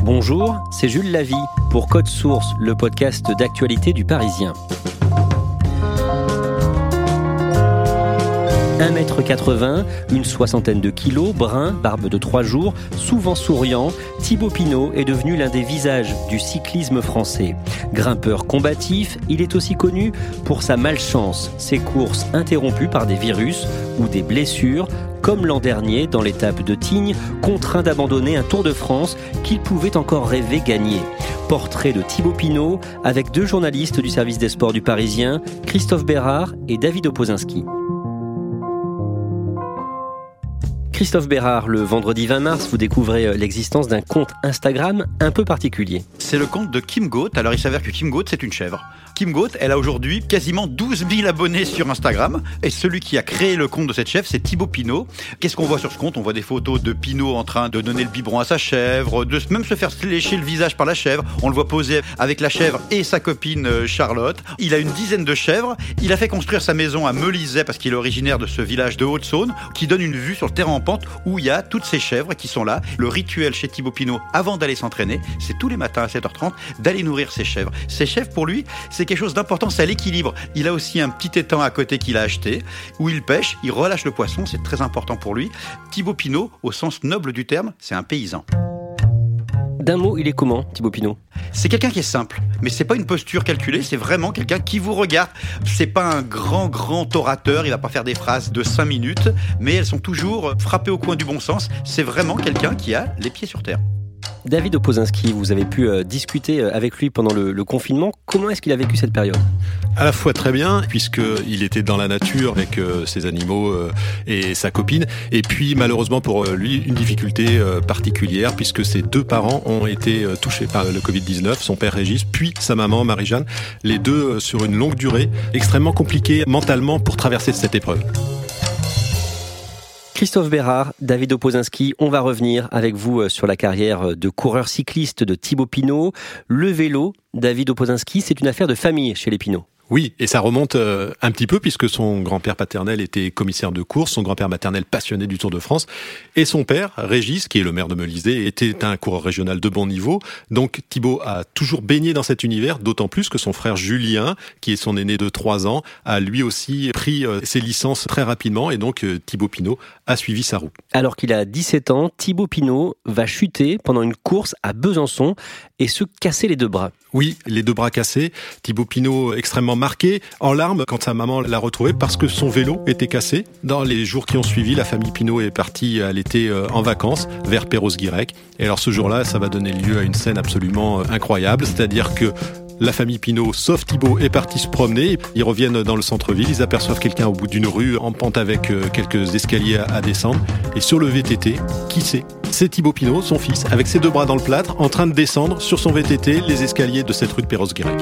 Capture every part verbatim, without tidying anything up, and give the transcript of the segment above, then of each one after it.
Bonjour, c'est Jules Lavie pour Code Source, le podcast d'actualité du Parisien. un mètre quatre-vingts, une soixantaine de kilos, brun, barbe de trois jours, souvent souriant, Thibaut Pinot est devenu l'un des visages du cyclisme français. Grimpeur combatif, il est aussi connu pour sa malchance, ses courses interrompues par des virus ou des blessures, comme l'an dernier dans l'étape de Tignes, contraint d'abandonner un Tour de France qu'il pouvait encore rêver gagner. Portrait de Thibaut Pinot avec deux journalistes du service des sports du Parisien, Christophe Bérard et David Opozynski. Christophe Bérard, le vendredi vingt mars, vous découvrez l'existence d'un compte Instagram un peu particulier. C'est le compte de Kim Goat. Alors il s'avère que Kim Goat, c'est une chèvre. Kim Goat, elle a aujourd'hui quasiment douze mille abonnés sur Instagram. Et celui qui a créé le compte de cette chèvre, c'est Thibaut Pinot. Qu'est-ce qu'on voit sur ce compte ? On voit des photos de Pinot en train de donner le biberon à sa chèvre, de même se faire lécher le visage par la chèvre. On le voit poser avec la chèvre et sa copine Charlotte. Il a une dizaine de chèvres. Il a fait construire sa maison à Meulizet, parce qu'il est originaire de ce village de Haute-Saône, qui donne une vue sur le terrain en pente où il y a toutes ces chèvres qui sont là. Le rituel chez Thibaut Pinot, avant d'aller s'entraîner, c'est tous les matins à sept heures trente d'aller nourrir ses chèvres. Ces chèvres, pour lui, c'est quelque chose d'important, c'est l'équilibre. Il a aussi un petit étang à côté qu'il a acheté, où il pêche, il relâche le poisson, c'est très important pour lui. Thibaut Pinot, au sens noble du terme, c'est un paysan. D'un mot, il est comment, Thibaut Pinot ? C'est quelqu'un qui est simple, mais c'est pas une posture calculée, c'est vraiment quelqu'un qui vous regarde. C'est pas un grand, grand orateur, il va pas faire des phrases de cinq minutes, mais elles sont toujours frappées au coin du bon sens. C'est vraiment quelqu'un qui a les pieds sur terre. David Opozynski, vous avez pu euh, discuter avec lui pendant le, le confinement. Comment est-ce qu'il a vécu cette période ? À la fois très bien, puisqu'il était dans la nature avec euh, ses animaux euh, et sa copine. Et puis malheureusement pour euh, lui, une difficulté euh, particulière, puisque ses deux parents ont été euh, touchés par le covid dix-neuf, son père Régis, puis sa maman Marie-Jeanne. Les deux euh, sur une longue durée, extrêmement compliqué mentalement pour traverser cette épreuve. Christophe Bérard, David Opozynski, on va revenir avec vous sur la carrière de coureur cycliste de Thibaut Pinot. Le vélo, David Opozynski, c'est une affaire de famille chez les Pinot. Oui, et ça remonte euh, un petit peu puisque son grand-père paternel était commissaire de course, son grand-père maternel passionné du Tour de France, et son père, Régis, qui est le maire de Meulizet, était un coureur régional de bon niveau. Donc Thibaut a toujours baigné dans cet univers, d'autant plus que son frère Julien, qui est son aîné de trois ans, a lui aussi pris euh, ses licences très rapidement, et donc euh, Thibaut Pinot a suivi sa roue. Alors qu'il a dix-sept ans, Thibaut Pinot va chuter pendant une course à Besançon et se casser les deux bras. Oui, les deux bras cassés. Thibaut Pinot extrêmement marqué, en larmes quand sa maman l'a retrouvé parce que son vélo était cassé. Dans les jours qui ont suivi, la famille Pinot est partie à l'été en vacances vers Perros-Guirec. Et alors ce jour-là, ça va donner lieu à une scène absolument incroyable, c'est-à-dire que la famille Pinot, sauf Thibaut, est partie se promener. Ils reviennent dans le centre-ville, ils aperçoivent quelqu'un au bout d'une rue en pente avec quelques escaliers à descendre. Et sur le V T T, qui c'est ? C'est Thibaut Pinot, son fils, avec ses deux bras dans le plâtre, en train de descendre sur son V T T les escaliers de cette rue de Perros-Guirec.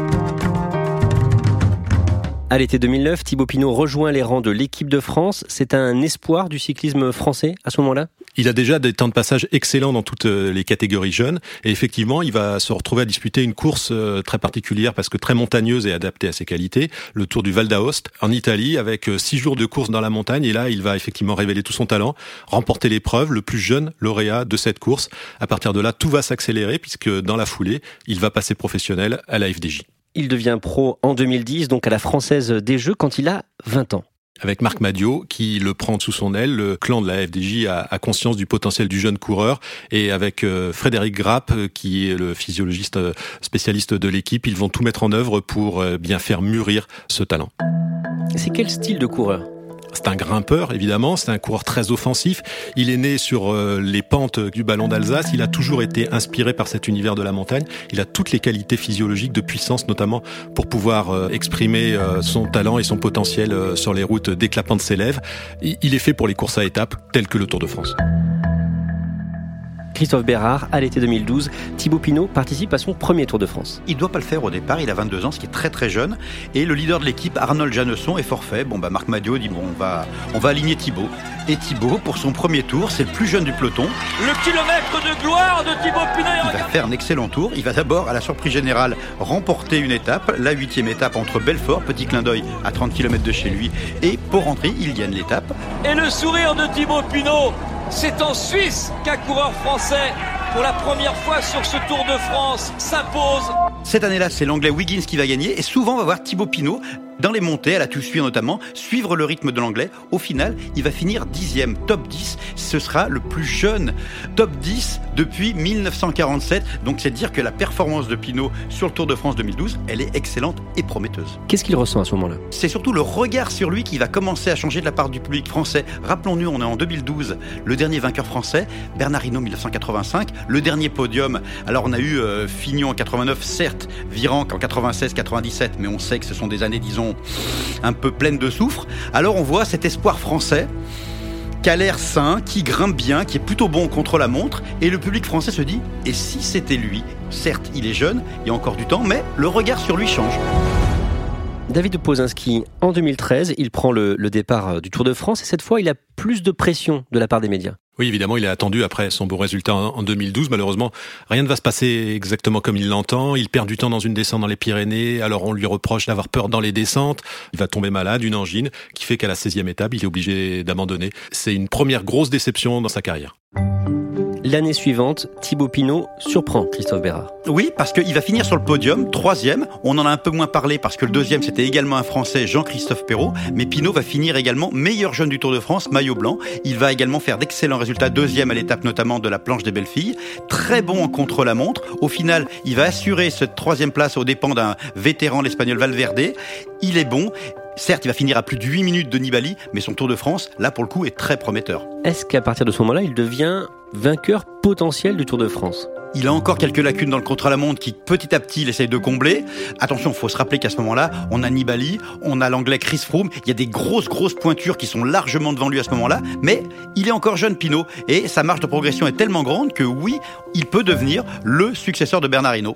À l'été deux mille neuf, Thibaut Pinot rejoint les rangs de l'équipe de France. C'est un espoir du cyclisme français à ce moment-là ? Il a déjà des temps de passage excellents dans toutes les catégories jeunes. Et effectivement, il va se retrouver à disputer une course très particulière parce que très montagneuse et adaptée à ses qualités. Le Tour du Val d'Aoste en Italie avec six jours de course dans la montagne. Et là, il va effectivement révéler tout son talent, remporter l'épreuve, le plus jeune lauréat de cette course. À partir de là, tout va s'accélérer puisque dans la foulée, il va passer professionnel à la F D J. Il devient pro en deux mille dix, donc à la Française des Jeux, quand il a vingt ans. Avec Marc Madiot, qui le prend sous son aile, le clan de la F D J a, a conscience du potentiel du jeune coureur, et avec euh, Frédéric Grappe, qui est le physiologiste spécialiste de l'équipe, ils vont tout mettre en œuvre pour euh, bien faire mûrir ce talent. C'est quel style de coureur ? C'est un grimpeur, évidemment, c'est un coureur très offensif. Il est né sur euh, les pentes du Ballon d'Alsace. Il a toujours été inspiré par cet univers de la montagne. Il a toutes les qualités physiologiques de puissance, notamment pour pouvoir euh, exprimer euh, son talent et son potentiel euh, sur les routes dès que la pente s'élève. Il est fait pour les courses à étapes, telles que le Tour de France. Christophe Bérard, à l'été deux mille douze, Thibaut Pinot participe à son premier Tour de France. Il ne doit pas le faire au départ, il a vingt-deux ans, ce qui est très très jeune. Et le leader de l'équipe, Arnold Janesson, est forfait. Bon, bah, Marc Madiot dit bon, on va, on va aligner Thibaut. Et Thibaut, pour son premier tour, c'est le plus jeune du peloton. Le kilomètre de gloire de Thibaut Pinot. Il va faire un excellent tour. Il va d'abord, à la surprise générale, remporter une étape, la huitième étape entre Belfort, petit clin d'œil à trente kilomètres de chez lui, et Port-Rentry, il gagne l'étape. Et le sourire de Thibaut Pinot, c'est en Suisse qu'un coureur français pour la première fois sur ce Tour de France, s'impose. Cette année-là, c'est l'Anglais Wiggins qui va gagner et souvent on va voir Thibaut Pinot dans les montées, à la Toussuire notamment, suivre le rythme de l'Anglais. Au final, il va finir dixième, top dix. Ce sera le plus jeune top dix depuis dix-neuf cent quarante-sept. Donc c'est dire que la performance de Pinot sur le Tour de France deux mille douze, elle est excellente et prometteuse. Qu'est-ce qu'il ressent à ce moment-là ? C'est surtout le regard sur lui qui va commencer à changer de la part du public français. Rappelons-nous, on est en deux mille douze, le dernier vainqueur français, Bernard Hinault dix-neuf cent quatre-vingt-cinq, le dernier podium. Alors on a eu euh, Fignon en quatre-vingt-neuf, certes, Virenque en quatre-vingt-seize quatre-vingt-dix-sept, mais on sait que ce sont des années, disons, un peu pleines de soufre. Alors on voit cet espoir français qui a l'air sain, qui grimpe bien, qui est plutôt bon contre la montre, et le public français se dit, et si c'était lui ? Certes, il est jeune, il y a encore du temps, mais le regard sur lui change. David Pozinski, en deux mille treize, il prend le, le départ du Tour de France et cette fois, il a plus de pression de la part des médias. Oui, évidemment, il est attendu après son bon résultat en deux mille douze. Malheureusement, rien ne va se passer exactement comme il l'entend. Il perd du temps dans une descente dans les Pyrénées, alors on lui reproche d'avoir peur dans les descentes. Il va tomber malade, une angine, qui fait qu'à la seizième étape, il est obligé d'abandonner. C'est une première grosse déception dans sa carrière. L'année suivante, Thibaut Pinot surprend Christophe Bérard. Oui, parce qu'il va finir sur le podium, troisième. On en a un peu moins parlé parce que le deuxième, c'était également un Français, Jean-Christophe Perrault. Mais Pinot va finir également meilleur jeune du Tour de France, maillot blanc. Il va également faire d'excellents résultats, deuxième à l'étape notamment de la planche des belles filles. Très bon en contre-la-montre. Au final, il va assurer cette troisième place aux dépens d'un vétéran, l'Espagnol Valverde. Il est bon. Certes, il va finir à plus de huit minutes de Nibali, mais son Tour de France, là pour le coup, est très prometteur. Est-ce qu'à partir de ce moment-là, il devient vainqueur potentiel du Tour de France ? Il a encore quelques lacunes dans le contre-la-montre qui, petit à petit, il essaye de combler. Attention, il faut se rappeler qu'à ce moment-là, on a Nibali, on a l'Anglais Chris Froome. Il y a des grosses, grosses pointures qui sont largement devant lui à ce moment-là. Mais il est encore jeune, Pinot. Et sa marge de progression est tellement grande que oui, il peut devenir le successeur de Bernard Hinault.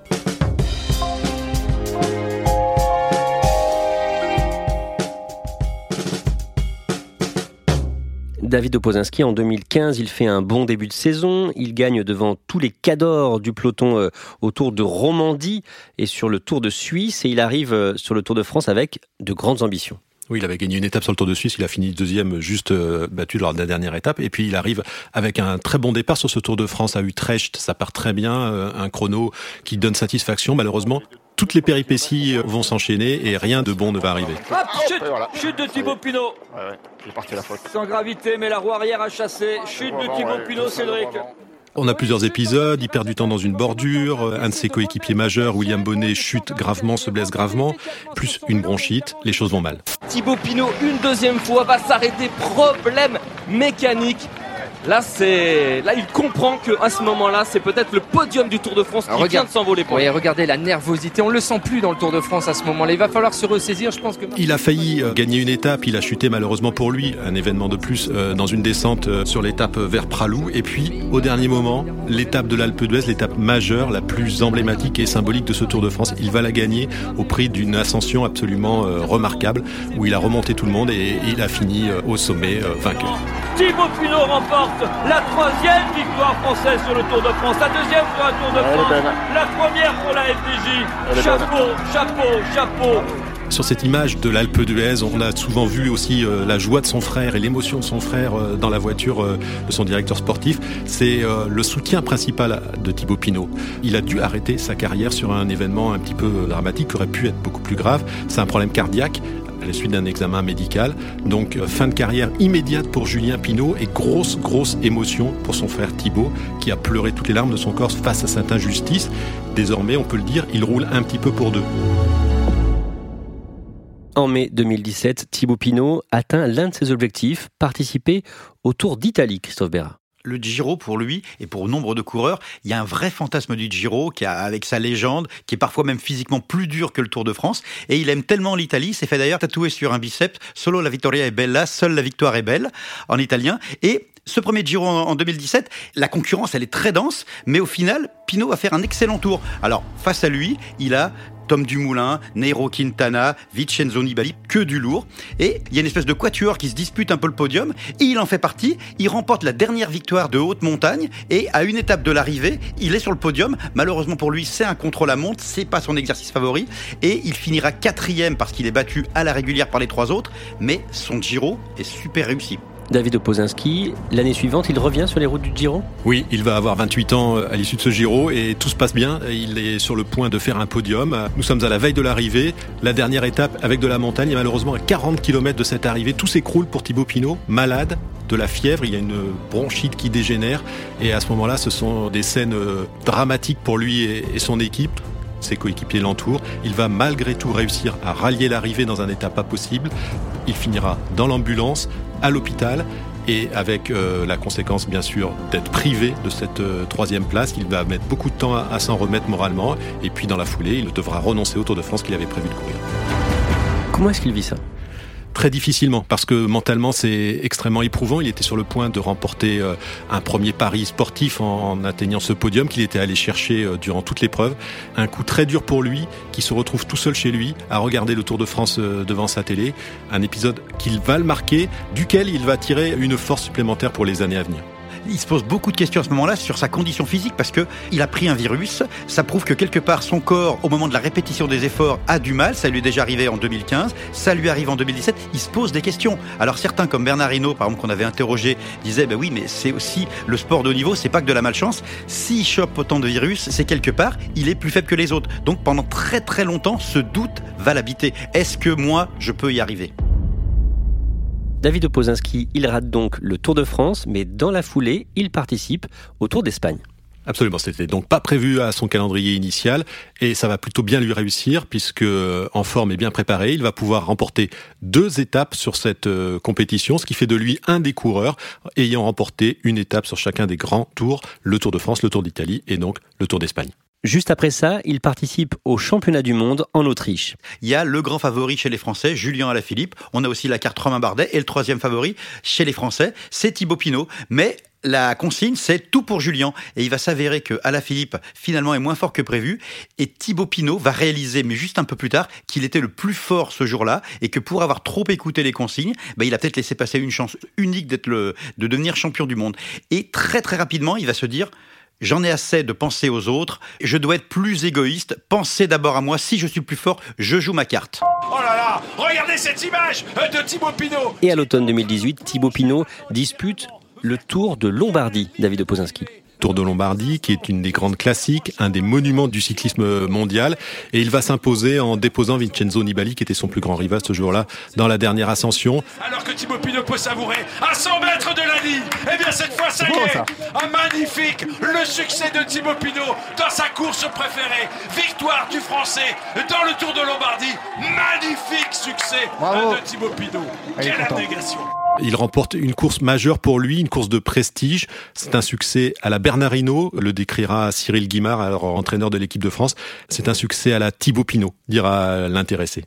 David Pozinski, en deux mille quinze, il fait un bon début de saison. Il gagne devant tous les cadors du peloton euh, au Tour de Romandie et sur le Tour de Suisse. Et il arrive euh, sur le Tour de France avec de grandes ambitions. Oui, il avait gagné une étape sur le Tour de Suisse, il a fini deuxième, juste euh, battu lors de la dernière étape, et puis il arrive avec un très bon départ sur ce Tour de France à Utrecht, ça part très bien, euh, un chrono qui donne satisfaction. Malheureusement, toutes les péripéties vont s'enchaîner et rien de bon ne va arriver. Hop, chute, voilà. Chute de Thibaut Pinot. Ouais, ouais, j'ai parti la faute. Sans gravité, mais la roue arrière a chassé. Chute ouais, de ouais, Thibaut ouais, Pinot, Cédric. On a plusieurs épisodes, il perd du temps dans une bordure, un de ses coéquipiers majeurs, William Bonnet, chute gravement, se blesse gravement, plus une bronchite, les choses vont mal. Thibaut Pinot, une deuxième fois, va s'arrêter, problème mécanique. Là, c'est, là, il comprend qu'à ce moment-là, c'est peut-être le podium du Tour de France qui Alors, vient de s'envoler pour Oui, lui. regardez la nervosité. On le sent plus dans le Tour de France à ce moment-là. Il va falloir se ressaisir, je pense que. Il a failli gagner une étape, il a chuté malheureusement pour lui, un événement de plus euh, dans une descente euh, sur l'étape vers Pralou. Et puis, au dernier moment, l'étape de l'Alpe d'Huez, l'étape majeure, la plus emblématique et symbolique de ce Tour de France, il va la gagner au prix d'une ascension absolument euh, remarquable, où il a remonté tout le monde et, et il a fini euh, au sommet euh, vainqueur. Thibaut Pinot remporte la troisième victoire française sur le Tour de France, la deuxième sur un Tour de France, la première pour la F D J. Chapeau, chapeau, chapeau. Sur cette image de l'Alpe d'Huez, on a souvent vu aussi euh, la joie de son frère et l'émotion de son frère euh, dans la voiture euh, de son directeur sportif. C'est euh, le soutien principal de Thibaut Pinot. Il a dû arrêter sa carrière sur un événement un petit peu dramatique qui aurait pu être beaucoup plus grave. C'est un problème cardiaque à la suite d'un examen médical. Donc euh, fin de carrière immédiate pour Julien Pinot et grosse, grosse émotion pour son frère Thibaut qui a pleuré toutes les larmes de son corps face à cette injustice. Désormais, on peut le dire, il roule un petit peu pour deux. En mai deux mille dix-sept, Thibaut Pinot atteint l'un de ses objectifs, participer au Tour d'Italie, Christophe Bérard. Le Giro, pour lui, et pour nombre de coureurs, il y a un vrai fantasme du Giro, qui a, avec sa légende, qui est parfois même physiquement plus dur que le Tour de France. Et il aime tellement l'Italie, s'est fait d'ailleurs tatouer sur un biceps, solo la vittoria è bella, seule la victoire est belle, en italien. Et ce premier Giro en deux mille dix-sept, la concurrence, elle est très dense, mais au final, Pinot va faire un excellent tour. Alors, face à lui, il a Tom Dumoulin, Nairo Quintana, Vincenzo Nibali, que du lourd. Et il y a une espèce de quatuor qui se dispute un peu le podium, et il en fait partie. Il remporte la dernière victoire de haute montagne, et à une étape de l'arrivée, il est sur le podium. Malheureusement pour lui, c'est un contre-la-montre, c'est pas son exercice favori, et il finira quatrième parce qu'il est battu à la régulière par les trois autres, mais son Giro est super réussi. David Opozinski, l'année suivante, il revient sur les routes du Giro ? Oui, il va avoir vingt-huit ans à l'issue de ce Giro et tout se passe bien. Il est sur le point de faire un podium. Nous sommes à la veille de l'arrivée. La dernière étape avec de la montagne et malheureusement à quarante kilomètres de cette arrivée, tout s'écroule pour Thibaut Pinot, malade, de la fièvre, il y a une bronchite qui dégénère et à ce moment-là, ce sont des scènes dramatiques pour lui et son équipe. Ses coéquipiers l'entourent. Il va malgré tout réussir à rallier l'arrivée dans un état pas possible. Il finira dans l'ambulance, à l'hôpital, et avec euh, la conséquence bien sûr d'être privé de cette euh, troisième place. Il va mettre beaucoup de temps à, à s'en remettre moralement, et puis dans la foulée, il devra renoncer au Tour de France qu'il avait prévu de courir. Comment est-ce qu'il vit ça ? Très difficilement, parce que mentalement c'est extrêmement éprouvant. Il était sur le point de remporter euh, un premier pari sportif en, en atteignant ce podium qu'il était allé chercher euh, durant toute l'épreuve. Un coup très dur pour lui, qui se retrouve tout seul chez lui à regarder le Tour de France euh, devant sa télé. Un épisode qu'il va le marquer, duquel il va tirer une force supplémentaire pour les années à venir. Il se pose beaucoup de questions à ce moment-là sur sa condition physique parce que il a pris un virus. Ça prouve que quelque part son corps, au moment de la répétition des efforts, a du mal. Ça lui est déjà arrivé en deux mille quinze, ça lui arrive en deux mille dix-sept. Il se pose des questions. Alors certains, comme Bernard Hinault, par exemple, qu'on avait interrogé, disaient ben oui, mais c'est aussi le sport de haut niveau, c'est pas que de la malchance. S'il chope autant de virus, c'est quelque part, il est plus faible que les autres. Donc pendant très très longtemps, ce doute va l'habiter. Est-ce que moi, je peux y arriver ? David Opozinski, il rate donc le Tour de France, mais dans la foulée, il participe au Tour d'Espagne. Absolument, c'était donc pas prévu à son calendrier initial et ça va plutôt bien lui réussir puisque en forme et bien préparé, il va pouvoir remporter deux étapes sur cette euh, compétition, ce qui fait de lui un des coureurs ayant remporté une étape sur chacun des grands tours, le Tour de France, le Tour d'Italie et donc le Tour d'Espagne. Juste après ça, il participe au championnat du monde en Autriche. Il y a le grand favori chez les Français, Julien Alaphilippe. On a aussi la carte Romain Bardet. Et le troisième favori chez les Français, c'est Thibaut Pinot. Mais la consigne, c'est tout pour Julien. Et il va s'avérer que Alaphilippe, finalement, est moins fort que prévu. Et Thibaut Pinot va réaliser, mais juste un peu plus tard, qu'il était le plus fort ce jour-là. Et que pour avoir trop écouté les consignes, bah, il a peut-être laissé passer une chance unique d'être le, de devenir champion du monde. Et très, très rapidement, il va se dire... J'en ai assez de penser aux autres, je dois être plus égoïste, penser d'abord à moi, si je suis plus fort, je joue ma carte. Oh là là, regardez cette image de Thibaut Pinot. Et à l'automne deux mille dix-huit, Thibaut Pinot dispute le Tour de Lombardie, David Opozinski. Tour de Lombardie, qui est une des grandes classiques, un des monuments du cyclisme mondial. Et il va s'imposer en déposant Vincenzo Nibali, qui était son plus grand rival ce jour-là, dans la dernière ascension. Alors que Thibaut Pinot peut savourer à cent mètres de la ligne. Eh bien, cette fois, ça y est, un magnifique, le succès de Thibaut Pinot dans sa course préférée. Victoire du Français dans le Tour de Lombardie. Magnifique succès Bravo. de Thibaut Pinot. Quelle abnégation. Il remporte une course majeure pour lui, une course de prestige. C'est un succès à la Bernard Hinault, le décrira Cyril Guimard, alors entraîneur de l'équipe de France. C'est un succès à la Thibaut Pinot, dira l'intéressé.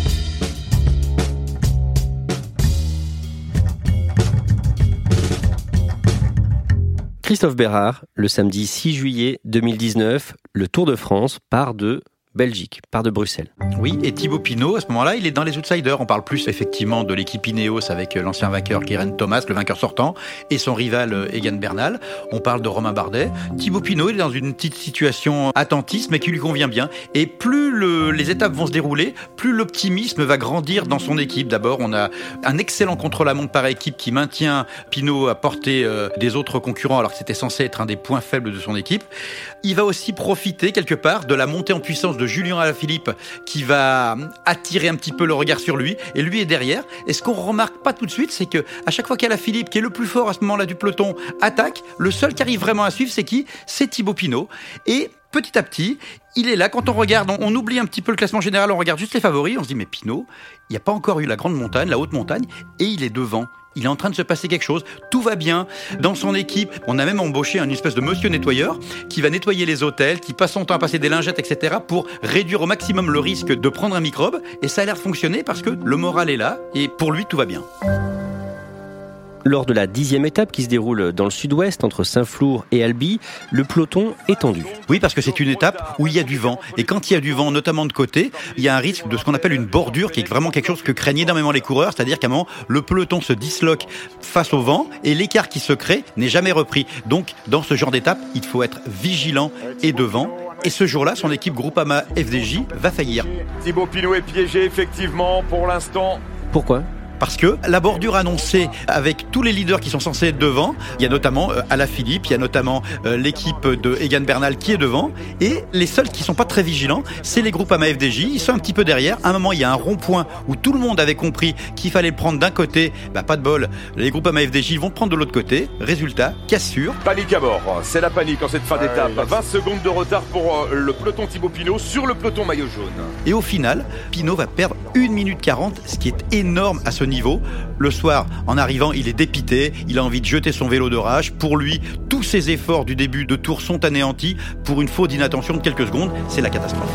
Christophe Bérard, le samedi six juillet deux mille dix-neuf, le Tour de France part de Belgique, part de Bruxelles. Oui, et Thibaut Pinot, à ce moment-là, il est dans les outsiders. On parle plus effectivement de l'équipe Ineos avec l'ancien vainqueur Geraint Thomas, le vainqueur sortant, et son rival Egan Bernal. On parle de Romain Bardet. Thibaut Pinot, il est dans une petite situation attentiste, mais qui lui convient bien. Et plus le, les étapes vont se dérouler, plus l'optimisme va grandir dans son équipe. D'abord, on a un excellent contre-la-montre par équipe qui maintient Pinot à portée euh, des autres concurrents, alors que c'était censé être un des points faibles de son équipe. Il va aussi profiter, quelque part, de la montée en puissance de Julien Alaphilippe qui va attirer un petit peu le regard sur lui et lui est derrière. Et ce qu'on remarque pas tout de suite, c'est que à chaque fois qu'Alaphilippe, qui est le plus fort à ce moment-là du peloton, attaque, le seul qui arrive vraiment à suivre, c'est qui ? C'est Thibaut Pinot. Et petit à petit, il est là. Quand on regarde, on, on oublie un petit peu le classement général, on regarde juste les favoris, on se dit mais Pinot, il n'y a pas encore eu la grande montagne, la haute montagne, et il est devant. Il est en train de se passer quelque chose, tout va bien dans son équipe. On a même embauché un espèce de monsieur nettoyeur qui va nettoyer les hôtels, qui passe son temps à passer des lingettes, et cetera pour réduire au maximum le risque de prendre un microbe. Et ça a l'air de fonctionner parce que le moral est là et pour lui, tout va bien. Lors de la dixième étape qui se déroule dans le sud-ouest entre Saint-Flour et Albi, le peloton est tendu. Oui, parce que c'est une étape où il y a du vent. Et quand il y a du vent, notamment de côté, il y a un risque de ce qu'on appelle une bordure, qui est vraiment quelque chose que craignent énormément les coureurs. C'est-à-dire qu'à un moment, le peloton se disloque face au vent et l'écart qui se crée n'est jamais repris. Donc, dans ce genre d'étape, il faut être vigilant et devant. Et ce jour-là, son équipe Groupama F D J va faillir. Thibaut Pinot est piégé, effectivement, pour l'instant. Pourquoi ? parce que la bordure annoncée avec tous les leaders qui sont censés être devant, il y a notamment euh, Alaphilippe, il y a notamment euh, l'équipe de Egan Bernal qui est devant, et les seuls qui sont pas très vigilants, c'est les Groupama F D J, ils sont un petit peu derrière. À un moment, il y a un rond-point où tout le monde avait compris qu'il fallait le prendre d'un côté, bah pas de bol, les Groupama F D J vont le prendre de l'autre côté, résultat, cassure. Panique à bord, c'est la panique en cette fin d'étape, vingt secondes de retard pour euh, le peloton Thibaut Pinot sur le peloton maillot jaune. Et au final, Pinot va perdre une minute quarante, ce qui est énorme à ce niveau. Le soir, en arrivant, il est dépité, il a envie de jeter son vélo de rage. Pour lui, tous ses efforts du début de tour sont anéantis. Pour une faute d'inattention de quelques secondes, c'est la catastrophe.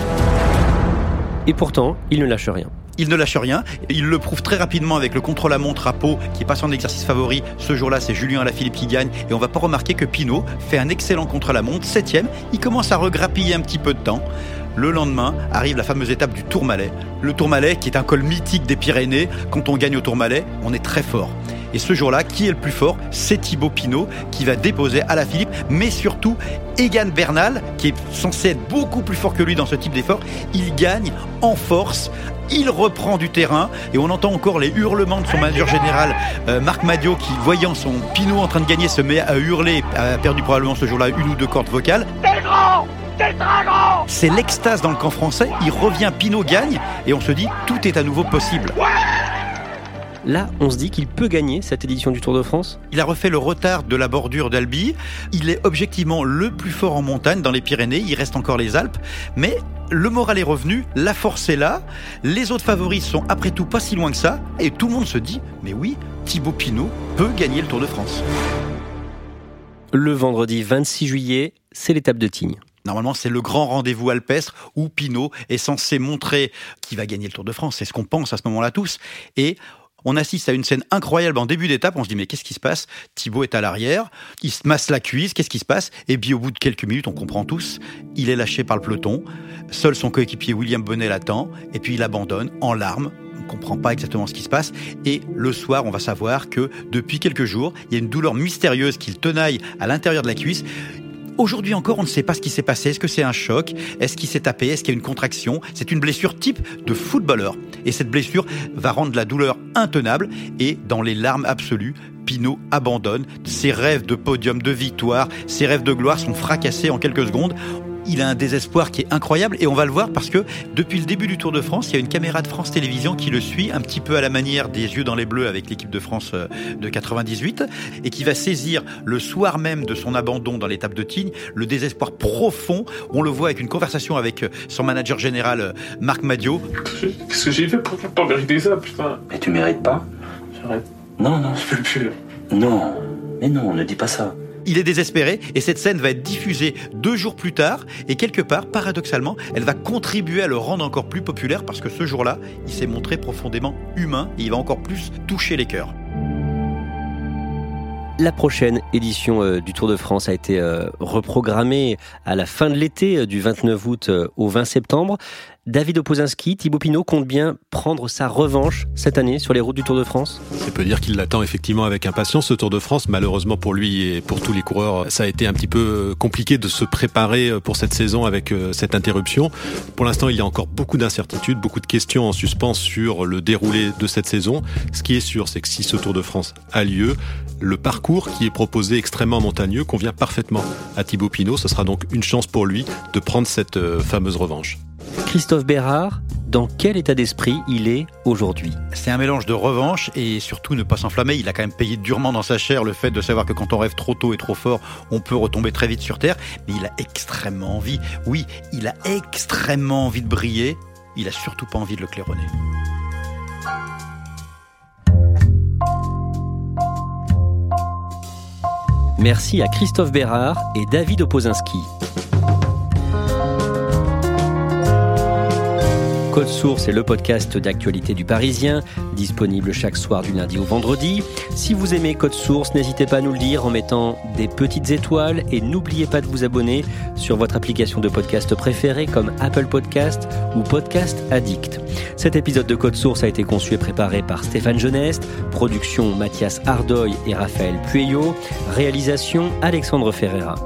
Et pourtant, il ne lâche rien. Il ne lâche rien, il le prouve très rapidement avec le contre-la-montre à Pau, qui est pas son exercice favori. Ce jour-là, c'est Julien Alaphilippe qui gagne, et on va pas remarquer que Pinot fait un excellent contre-la-montre, septième, il commence à regrappiller un petit peu de temps. Le lendemain, arrive la fameuse étape du Tourmalet. Le Tourmalet, qui est un col mythique des Pyrénées, quand on gagne au Tourmalet, on est très fort. Et ce jour-là, qui est le plus fort ? C'est Thibaut Pinot qui va déposer Alaphilippe, mais surtout Egan Bernal, qui est censé être beaucoup plus fort que lui dans ce type d'effort. Il gagne en force, il reprend du terrain, et on entend encore les hurlements de son manager général, euh, Marc Madiot, qui, voyant son Pinot en train de gagner, se met à hurler, a perdu probablement ce jour-là une ou deux cordes vocales. T'es grand ! T'es très grand ! C'est l'extase dans le camp français, il revient, Pinot gagne, et on se dit, tout est à nouveau possible. Ouais ! Là, on se dit qu'il peut gagner cette édition du Tour de France. Il a refait le retard de la bordure d'Albi. Il est objectivement le plus fort en montagne dans les Pyrénées. Il reste encore les Alpes. Mais le moral est revenu, la force est là. Les autres favoris sont après tout pas si loin que ça. Et tout le monde se dit, mais oui, Thibaut Pinot peut gagner le Tour de France. Le vendredi vingt-six juillet, c'est l'étape de Tignes. Normalement, c'est le grand rendez-vous alpestre où Pinot est censé montrer qu'il va gagner le Tour de France. C'est ce qu'on pense à ce moment-là tous. Et on assiste à une scène incroyable en début d'étape. On se dit, mais qu'est-ce qui se passe ? Thibaut est à l'arrière, il se masse la cuisse, qu'est-ce qui se passe ? Et puis au bout de quelques minutes, on comprend tous, il est lâché par le peloton. Seul son coéquipier William Bonnet l'attend, et puis il abandonne en larmes. On ne comprend pas exactement ce qui se passe. Et le soir, on va savoir que depuis quelques jours, il y a une douleur mystérieuse qui le tenaille à l'intérieur de la cuisse. Aujourd'hui encore, on ne sait pas ce qui s'est passé. Est-ce que c'est un choc ? Est-ce qu'il s'est tapé ? Est-ce qu'il y a une contraction ? C'est une blessure type de footballeur. Et cette blessure va rendre la douleur intenable. Et dans les larmes absolues, Pinot abandonne. Ses rêves de podium, de victoire, ses rêves de gloire sont fracassés en quelques secondes. Il a un désespoir qui est incroyable, et on va le voir parce que depuis le début du Tour de France, il y a une caméra de France Télévisions qui le suit un petit peu à la manière des Yeux dans les Bleus avec l'équipe de France de quatre-vingt-dix-huit, et qui va saisir le soir même de son abandon dans l'étape de Tignes le désespoir profond. On le voit avec une conversation avec son manager général Marc Madiot. Qu'est-ce que j'ai fait pour pas mériter ça, putain ? Mais tu mérites pas ? J'arrête. Non, non. Je peux plus. Non, mais non, ne dis pas ça. Il est désespéré, et cette scène va être diffusée deux jours plus tard, et quelque part, paradoxalement, elle va contribuer à le rendre encore plus populaire, parce que ce jour-là, il s'est montré profondément humain, et il va encore plus toucher les cœurs. La prochaine édition euh, du Tour de France a été euh, reprogrammée à la fin de l'été, euh, du vingt-neuf août euh, au vingt septembre. David Opozinski, Thibaut Pinot compte bien prendre sa revanche cette année sur les routes du Tour de France ? Ça peut dire qu'il l'attend effectivement avec impatience, ce Tour de France. Malheureusement pour lui et pour tous les coureurs, ça a été un petit peu compliqué de se préparer pour cette saison avec cette interruption. Pour l'instant, il y a encore beaucoup d'incertitudes, beaucoup de questions en suspens sur le déroulé de cette saison. Ce qui est sûr, c'est que si ce Tour de France a lieu, le parcours qui est proposé extrêmement montagneux convient parfaitement à Thibaut Pinot. Ce sera donc une chance pour lui de prendre cette fameuse revanche. Christophe Bérard, dans quel état d'esprit il est aujourd'hui ? C'est un mélange de revanche et surtout ne pas s'enflammer. Il a quand même payé durement dans sa chair le fait de savoir que quand on rêve trop tôt et trop fort, on peut retomber très vite sur terre. Mais il a extrêmement envie. Oui, il a extrêmement envie de briller. Il a surtout pas envie de le claironner. Merci à Christophe Bérard et David Opozinski. Code Source est le podcast d'actualité du Parisien, disponible chaque soir du lundi au vendredi. Si vous aimez Code Source, n'hésitez pas à nous le dire en mettant des petites étoiles, et n'oubliez pas de vous abonner sur votre application de podcast préférée comme Apple Podcast ou Podcast Addict. Cet épisode de Code Source a été conçu et préparé par Stéphane Geneste, production Mathias Ardoy et Raphaël Pueyo, réalisation Alexandre Ferreira.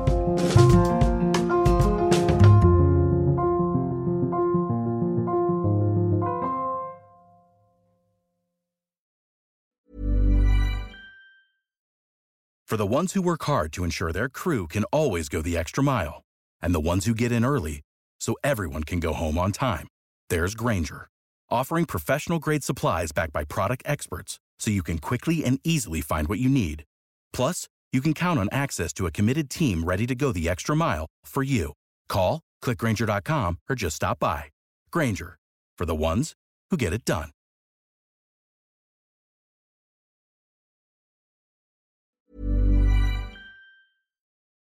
For the ones who work hard to ensure their crew can always go the extra mile, and the ones who get in early so everyone can go home on time, there's Grainger, offering professional-grade supplies backed by product experts so you can quickly and easily find what you need. Plus, you can count on access to a committed team ready to go the extra mile for you. Call, click Grainger dot com, or just stop by. Grainger, for the ones who get it done.